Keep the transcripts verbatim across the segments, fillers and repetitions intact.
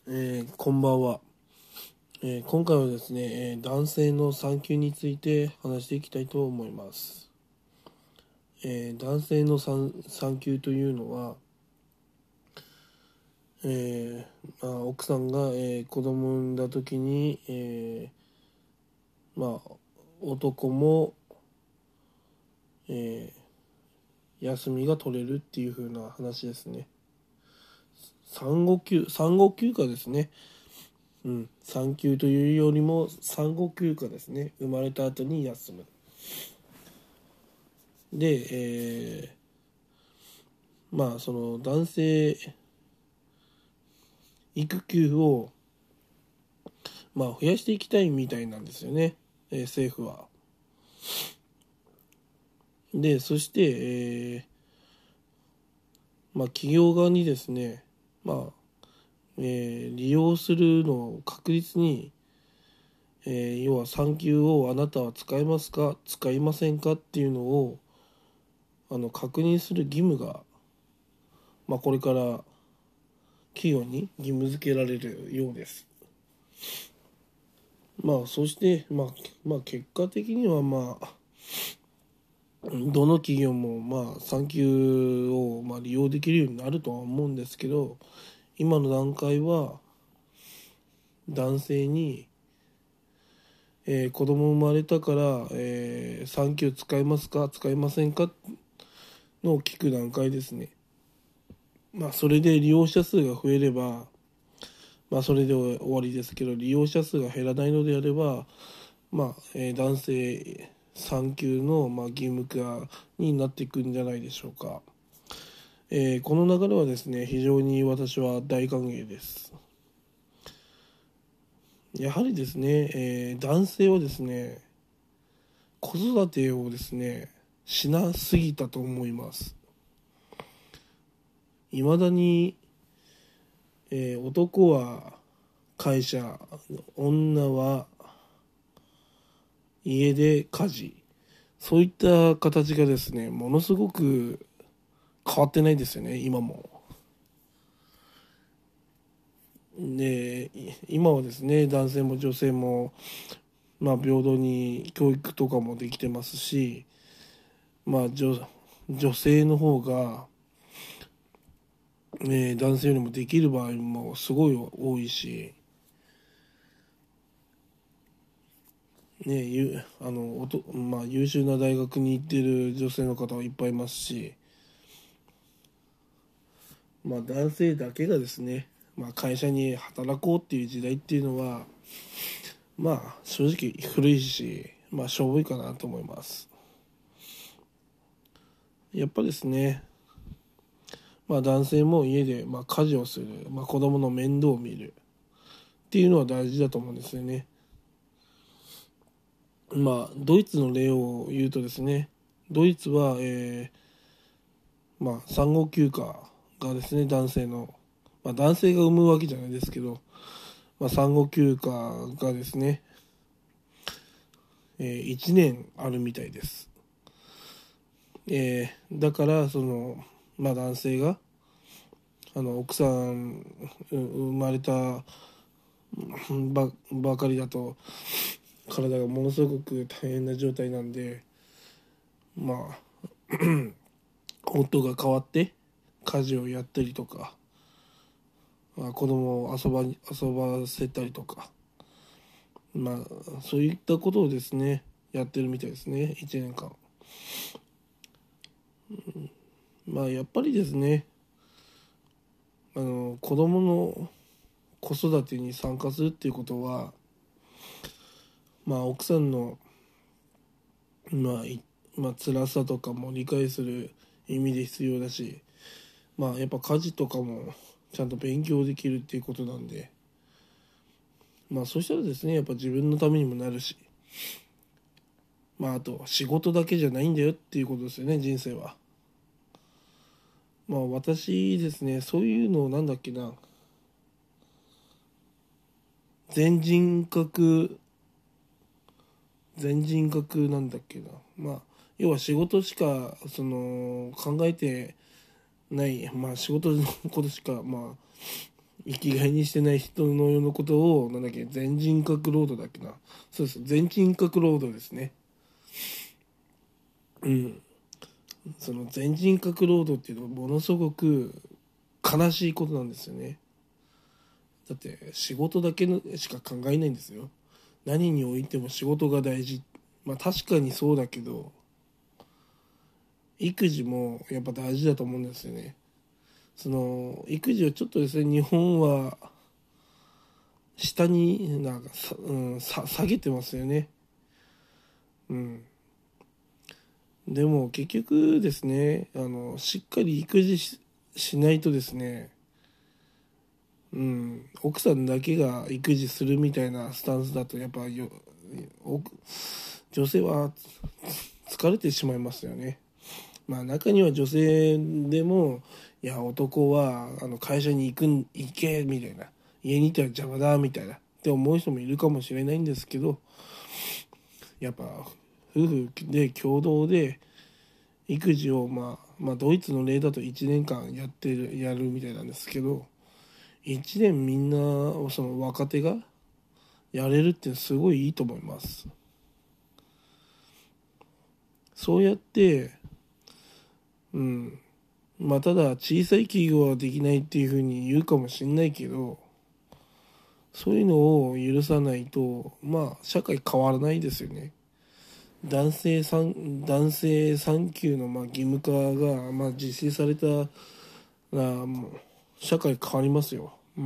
えーこんばんは、えー今回はですね、えー男性の産休について話していきたいと思います。えー男性の産産休というのは、えーまあ、奥さんが、えー子供を産んだ時に、えーまあ、男も、えー休みが取れるっていう風な話ですね。産後休産後休暇ですね。うん、産休というよりも産後休暇ですね。生まれた後に休む。で、えーまあその男性育休を、まあ、増やしていきたいみたいなんですよね、えー政府は。でそして、えーまあ、企業側にですね、まあえー利用するのを確実に、えー要は産休をあなたは使えますか使いませんかっていうのをあの確認する義務が、まあ、これから企業に義務付けられるようです。まあそして、まあ、まあ結果的にはまあどの企業もまあ産休をまあ利用できるようになるとは思うんですけど、今の段階は男性に、えー子供生まれたから、えー産休使えますか使えませんかのを聞く段階ですね。まあそれで利用者数が増えれば、まあそれで終わりですけど、利用者数が減らないのであれば、まあ、えー男性産休のまあ義務化になっていくんじゃないでしょうか。えーこの流れはですね、非常に私は大歓迎です。やはりですね、えー男性はですね、子育てをですね、しなすぎたと思います。いまだに、えー男は会社、女は家で家事、そういった形がですね、ものすごく変わってないですよね、今も。で、今はですね、男性も女性も、まあ、平等に教育とかもできてますし、まあ、女、女性の方が、ね、男性よりもできる場合もすごい多いし、ね、ゆあのおと、まあ、優秀な大学に行ってる女性の方はいっぱいいますし、まあ、男性だけがですね、まあ、会社に働こうっていう時代っていうのは、まあ、正直古いし、まあ、しょぼいかなと思います。やっぱですね、まあ、男性も家でまあ家事をする、まあ、子供の面倒を見るっていうのは大事だと思うんですよね。まあ、ドイツの例を言うとですね、ドイツは、えーまあ、産後休暇がですね、男性の、まあ、男性が産むわけじゃないですけど、まあ、産後休暇がですね、えー、いちねんあるみたいです。えーだからその、まあ、男性があの奥さん生まれたばばかりだと体がものすごく大変な状態なんで、まあ夫が代わって家事をやったりとか、まあ、子供を遊ば遊ばせたりとか、まあそういったことをですねやってるみたいですね、いちねんかん。まあやっぱりですね、あの子供の子育てに参加するっていうことは、まあ奥さんのまあ、いまあ辛さとかも理解する意味で必要だし、まあやっぱ家事とかもちゃんと勉強できるっていうことなんで、まあそしたらですね、やっぱ自分のためにもなるし、まああと仕事だけじゃないんだよっていうことですよね、人生は。まあ私ですね、そういうのをなんだっけな、全人格、全人格なんだっけな。まあ要は仕事しかその考えてない、まあ仕事のことしかまあ生きがいにしてない人のようなことをなんだっけ全人格労働だっけな、そうです、全人格労働ですね。うん、その全人格労働っていうのはものすごく悲しいことなんですよね。だって仕事だけのしか考えないんですよ。何においても仕事が大事。まあ確かにそうだけど、育児もやっぱ大事だと思うんですよね。その育児をちょっとですね、日本は下になんかさ、うん、さ下げてますよね。うん。でも結局ですね、あのしっかり育児 し, しないとですね、うん、奥さんだけが育児するみたいなスタンスだとやっぱよ女性は疲れてしまいますよね。まあ中には女性でもいや男はあの会社に行くん行けみたいな、家にいたら邪魔だみたいなって思う人もいるかもしれないんですけど、やっぱ夫婦で共同で育児を、まあ、まあドイツの例だといちねんかんやってるやるみたいなんですけど、いちねんみんなその若手がやれるってすごいいいと思います。そうやってうんまあただ小さい企業はできないっていうふうに言うかもしれないけど、そういうのを許さないとまあ社会変わらないですよね。男性産男性産休のまあ義務化がまあ実施されたらもう社会変わりますよ。うん。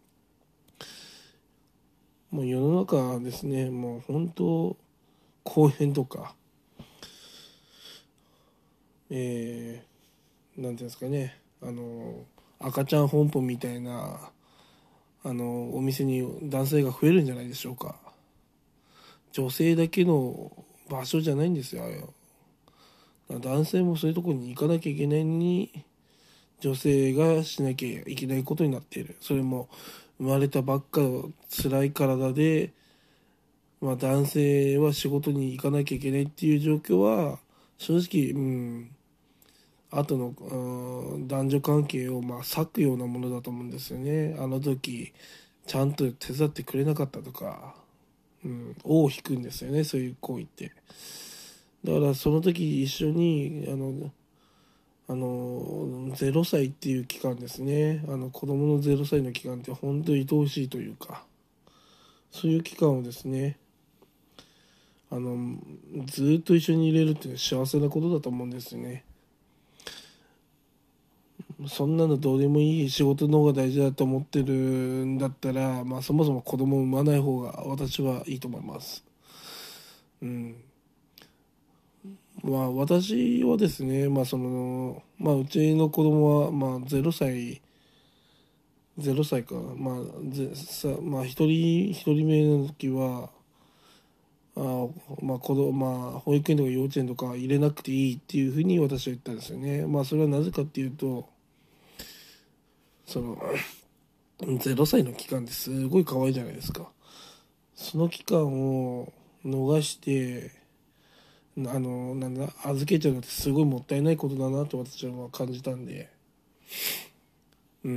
もう世の中はですね、もう本当公園とか、えー、なんていうんですかね、あの赤ちゃん本舗みたいなあのお店に男性が増えるんじゃないでしょうか。女性だけの場所じゃないんですよ。男性もそういうところに行かなきゃいけないのに女性がしなきゃいけないことになっている。それも生まれたばっかの辛い体で、まあ、男性は仕事に行かなきゃいけないっていう状況は正直、うん、後の、うん、男女関係をまあ割くようなものだと思うんですよね。あの時ちゃんと手伝ってくれなかったとか、うん、尾を引くんですよね、そういう行為って。だからその時一緒にあのあのゼロさいっていう期間ですね、あの子供のゼロさいの期間って本当に愛おしいというか、そういう期間をですね、あのずっと一緒にいれるっていうのは幸せなことだと思うんですよね。そんなのどうでもいい仕事の方が大事だと思ってるんだったら、まあ、そもそも子供を産まない方が私はいいと思います。うん、まあ私はですね、まあそのまあ、うちの子供はまあゼロさいゼロさいか、まあぜさまあ、一人一人目の時はあ、まあ子供まあ、保育園とか幼稚園とか入れなくていいっていうふうに私は言ったんですよね。まあ、それはなぜかっていうと、そのゼロさいの期間ってすごい可愛いじゃないですか。その期間を逃してあのなんだ預けちゃうのってすごいもったいないことだなと私は感じたんで、うん、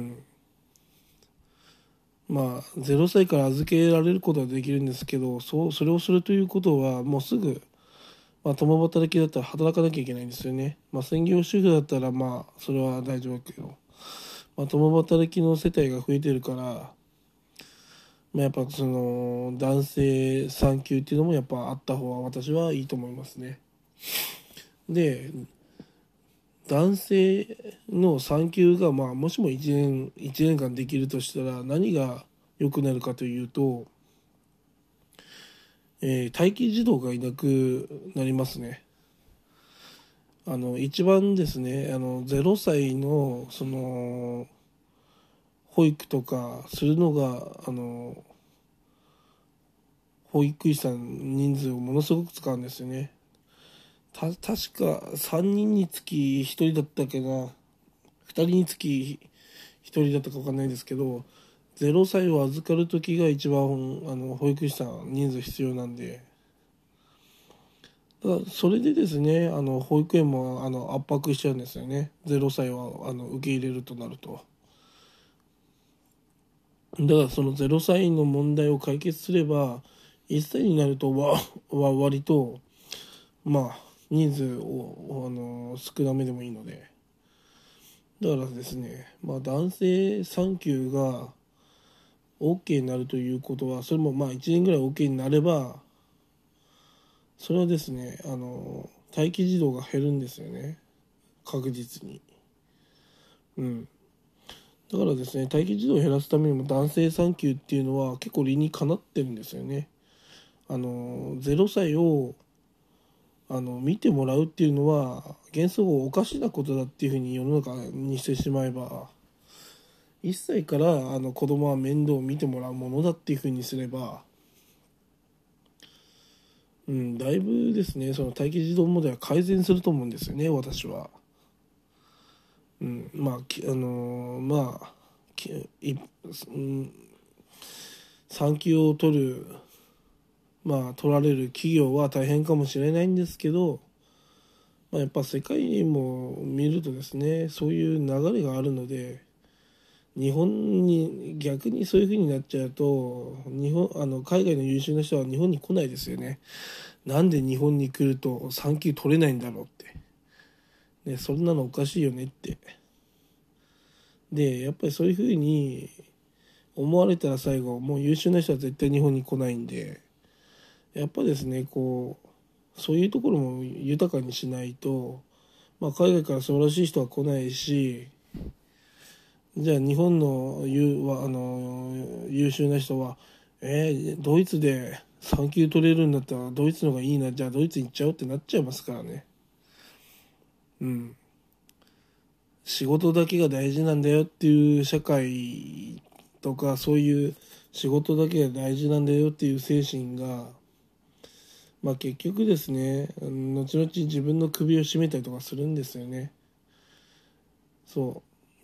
まあゼロさいから預けられることはできるんですけど、そうそれをするということはもうすぐ、まあ、共働きだったら働かなきゃいけないんですよね。まあ、専業主婦だったらまあそれは大丈夫だけど、まあ、共働きの世帯が増えてるから、まあ、やっぱその男性産休っていうのもやっぱあった方が私はいいと思いますね。で男性の産休がまあもしもいちねんいちねんかんできるとしたら何が良くなるかというと、えー待機児童がいなくなりますね。あの一番ですね、あのゼロさいのその保育とかするのがあの保育士さん人数をものすごく使うんですよね。た確かさんにんにつきひとりだったっけな、ふたりにつきひとりだったか分かんないですけど、ゼロさいを預かる時が一番あの保育士さん人数必要なんで、だからそれでですね、あの保育園もあの圧迫しちゃうんですよね。ゼロさいはあの受け入れるとなると。 だからそのゼロさいの問題を解決すればいっさいになるとわわ割とまあ人数をあの少なめでもいいので、だからですね、まあ、男性産休が OK になるということは、それもまあいちねんぐらい OK になれば、それはですね、あの待機児童が減るんですよね、確実に。うん。だからですね、待機児童を減らすためにも男性産休っていうのは結構理にかなってるんですよね。あのゼロさいをあの見てもらうっていうのは原則おかしなことだっていうふうに世の中にしてしまえば、いっさいからあの子供は面倒を見てもらうものだっていうふうにすれば、うん、だいぶですねその待機児童問題は改善すると思うんですよね、私は。うん、まあきあのーまあきい、うん、産休を取るまあ取られる企業は大変かもしれないんですけど、まあ、やっぱ世界も見るとですねそういう流れがあるので、日本に逆にそういう風になっちゃうと日本あの海外の優秀な人は日本に来ないですよね。なんで日本に来ると産休取れないんだろうって、ね、そんなのおかしいよねって。でやっぱりそういう風に思われたら最後もう優秀な人は絶対日本に来ないんで、やっぱですねこうそういうところも豊かにしないと、まあ、海外から素晴らしい人は来ないし、じゃあ日本の優はあの優秀な人はえー、ドイツで産休取れるんだったらドイツの方がいいな、じゃあドイツに行っちゃおうってなっちゃいますからね。うん。仕事だけが大事なんだよっていう社会とか、そういう仕事だけが大事なんだよっていう精神が、まあ結局ですね、後々自分の首を絞めたりとかするんですよね。そう。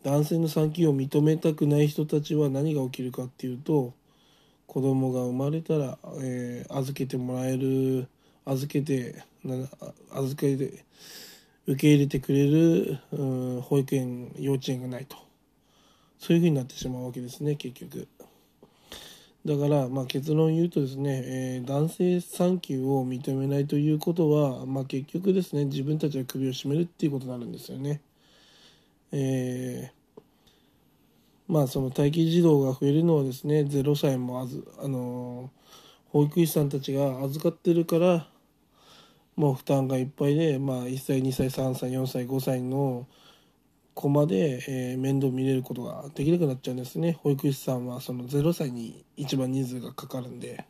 男性の産休を認めたくない人たちは何が起きるかっていうと、子供が生まれたら、えー預けてもらえる、預けて、な預けて、受け入れてくれる、うん、保育園、幼稚園がないと。そういうふうになってしまうわけですね、結局。だから、まあ、結論を言うとですね、えー男性産休を認めないということは、まあ、結局ですね、自分たちが首を絞めるっていうことになるんですよね。えーまあ、その待機児童が増えるのはですね、ゼロさいもあず、あのー保育士さんたちが預かってるから、もう負担がいっぱいで、まあ、いっさい、にさい、さんさい、よんさい、ごさいの子まで、えー面倒見れることができなくなっちゃうんですね。保育士さんはそのゼロさいに一番人数がかかるんで。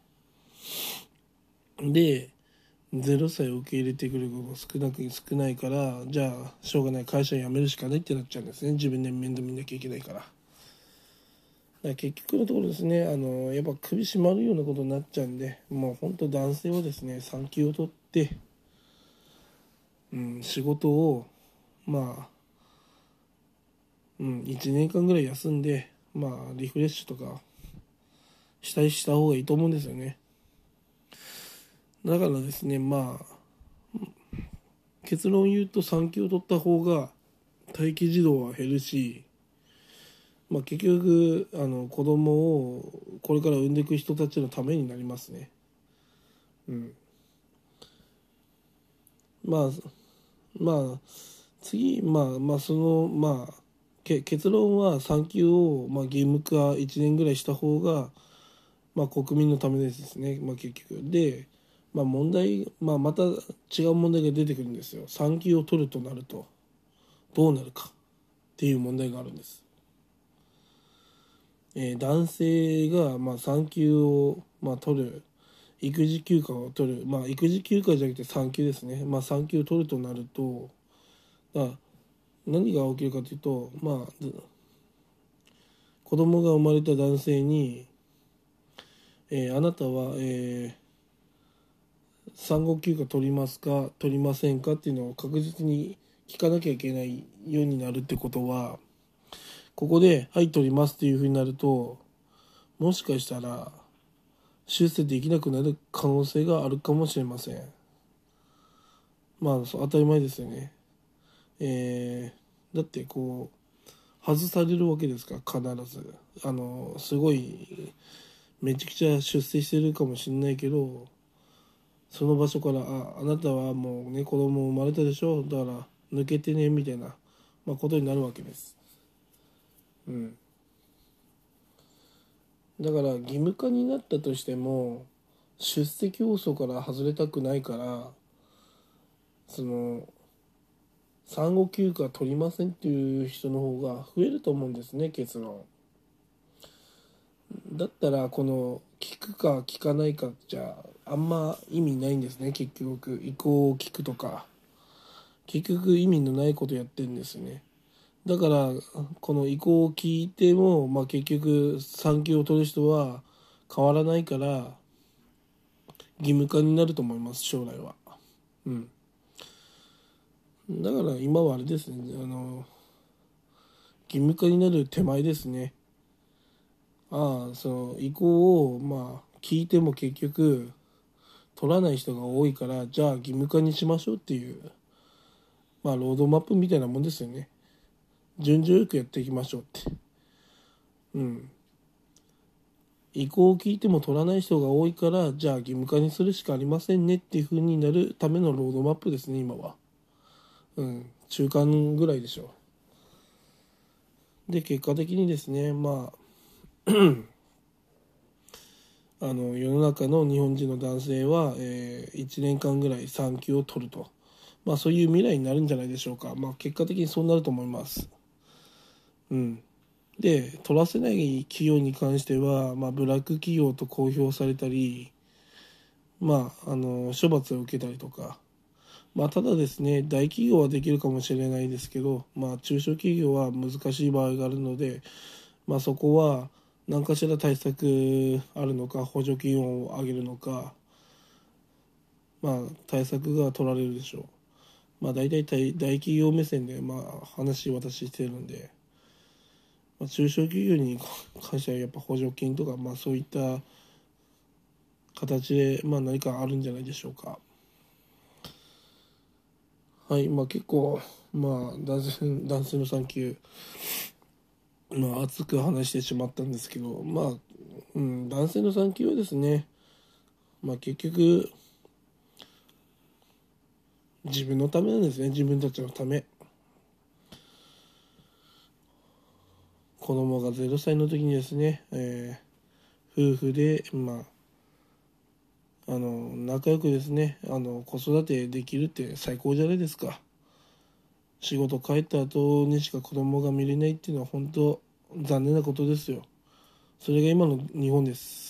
で、ゼロさいを受け入れてくる子が少なく少ないから、じゃあ、しょうがない、会社辞めるしかないってなっちゃうんですね。自分で面倒見なきゃいけないから。だから結局のところですね、あのやっぱ首絞まるようなことになっちゃうんで、もう本当男性はですね、産休を取って、うん、仕事を、まあ、うん、いちねんかんぐらい休んで、まあ、リフレッシュとかしたりした方がいいと思うんですよね。だからですね、まあ、結論言うと産休を取った方が待機児童は減るし、まあ、結局あの子供をこれから産んでいく人たちのためになりますね。うん、まあまあ次まあまあそのまあけ結論は産休をまあ義務化いちねんぐらいした方がまあ国民のためですね。まあ結局で、まあ問題まあまた違う問題が出てくるんですよ。産休を取るとなるとどうなるかっていう問題があるんです。えー男性がまあ産休をまあ取る、育児休暇を取る、まあ育児休暇じゃなくて産休ですね。まあ産休を取るとなると、だ何が起きるかというと、まあ子供が生まれた男性に、えーあなたは、えー産後休暇取りますか取りませんかっていうのを確実に聞かなきゃいけないようになるってことは、ここで「はい取ります」っていうふうになると、もしかしたら出世できなくなる可能性があるかもしれません。まあそう当たり前ですよね。えーだってこう外されるわけですから、必ずあのすごいめちゃくちゃ出世してるかもしれないけど、その場所からああなたはもうね子供生まれたでしょ、だから抜けてねみたいな、まあ、ことになるわけです。うん、だから義務化になったとしても出席要素から外れたくないから、その産後休暇取りませんっていう人の方が増えると思うんですね、結論。だったらこの聞くか聞かないかじゃあんま意味ないんですね。結局意向を聞くとか結局意味のないことやってるんですよね。だからこの意向を聞いても、まあ、結局産休を取る人は変わらないから義務化になると思います、将来は。うん、だから今はあれですね、あの義務化になる手前ですね。ああその意向をまあ聞いても結局取らない人が多いから、じゃあ義務化にしましょうっていう、まあロードマップみたいなもんですよね。順序よくやっていきましょうって。うん。意向を聞いても取らない人が多いから、じゃあ義務化にするしかありませんねっていう風になるためのロードマップですね、今は。うん。中間ぐらいでしょう。で、結果的にですね、まあ、あの、世の中の日本人の男性は、えー、いちねんかんぐらい産休を取ると。まあそういう未来になるんじゃないでしょうか。まあ結果的にそうなると思います。うん。で、取らせない企業に関しては、まあ、ブラック企業と公表されたり、まあ、あの処罰を受けたりとか、まあ、ただですね、大企業はできるかもしれないですけど、まあ、中小企業は難しい場合があるので、まあ、そこは何かしら対策あるのか、補助金を上げるのか、まあ、対策が取られるでしょう。まあ、大体大大企業目線で、まあ、話私してるんで、まあ、中小企業に関してはやっぱ補助金とか、まあ、そういった形で、まあ、何かあるんじゃないでしょうか。はい、まあ、結構、まあ、男性男性の産休、まあ、熱く話してしまったんですけど、まあ、うん、男性の産休はですね、まあ、結局自分のためなんですね。自分たちのため。子供がゼロさいの時にですね、えー夫婦で、まあ、あの仲良くですね、あの子育てできるって最高じゃないですか。仕事帰った後にしか子供が見れないっていうのは本当残念なことですよ。それが今の日本です。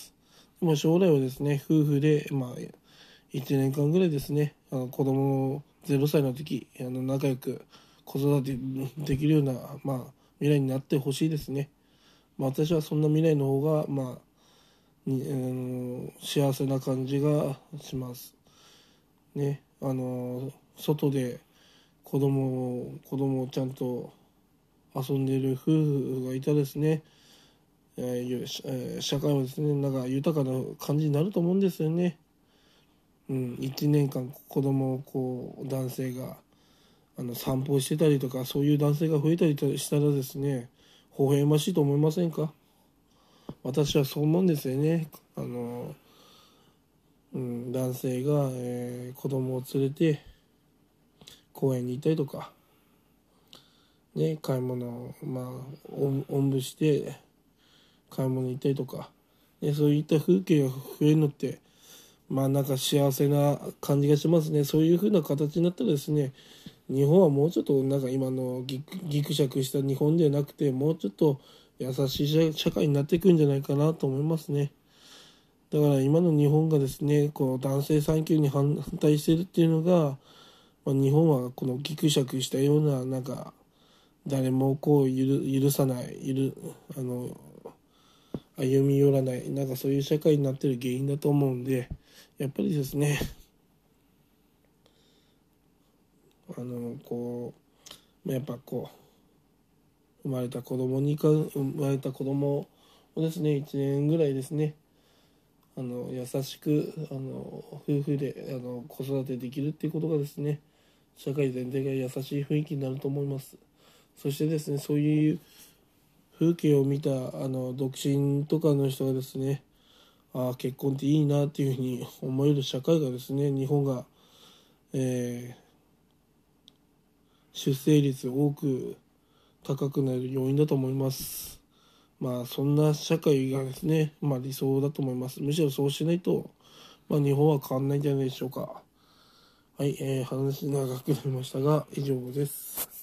でも将来はですね、夫婦で、まあ、いちねんかんぐらいですね、あの子供ゼロさいの時、あの仲良く子育てできるような、まあ、未来になってほしいですね。まあ、私はそんな未来の方が、まあ、に、あの幸せな感じがします。ね、あの外で子供を子供をちゃんと遊んでいる夫婦がいたですね、えーえー社会はですねなんか豊かな感じになると思うんですよね。うん、いちねんかん子供をこう男性があの散歩してたりとか、そういう男性が増えたりしたらですね、微笑ましいと思いませんか？私はそう思うんですよね。あの、うん、男性が、えー子供を連れて公園に行ったりとか、ね、買い物を、まあ、おんおんぶして買い物に行ったりとか、ね、そういった風景が増えるのって、まあなんか幸せな感じがしますね。そういう風な形になったらですね、日本はもうちょっとなんか今のギクギクシャクした日本ではなくて、もうちょっと優しい社会になっていくんじゃないかなと思いますね。だから今の日本がですね、こう男性産休に反対しているっていうのが、まあ、日本はこのギクシャクしたようななんか誰もこう許許さない許あの歩み寄らないなんかそういう社会になってる原因だと思うんで、やっぱりですね、あのこうやっぱこう生まれた子供にか生まれた子供をですねいちねんぐらいですね、あの優しくあの夫婦であの子育てできるっていうことがですね、社会全体が優しい雰囲気になると思います。そしてですね、そういう風景を見たあの独身とかの人がですね、ああ結婚っていいなっていうふうに思える社会がですね、日本が、えー出生率多く高くなる要因だと思います。まあそんな社会がですね、まあ理想だと思います。むしろそうしないと、まあ日本は変わんないんじゃないでしょうか。はい、えー、話長くなりましたが以上です。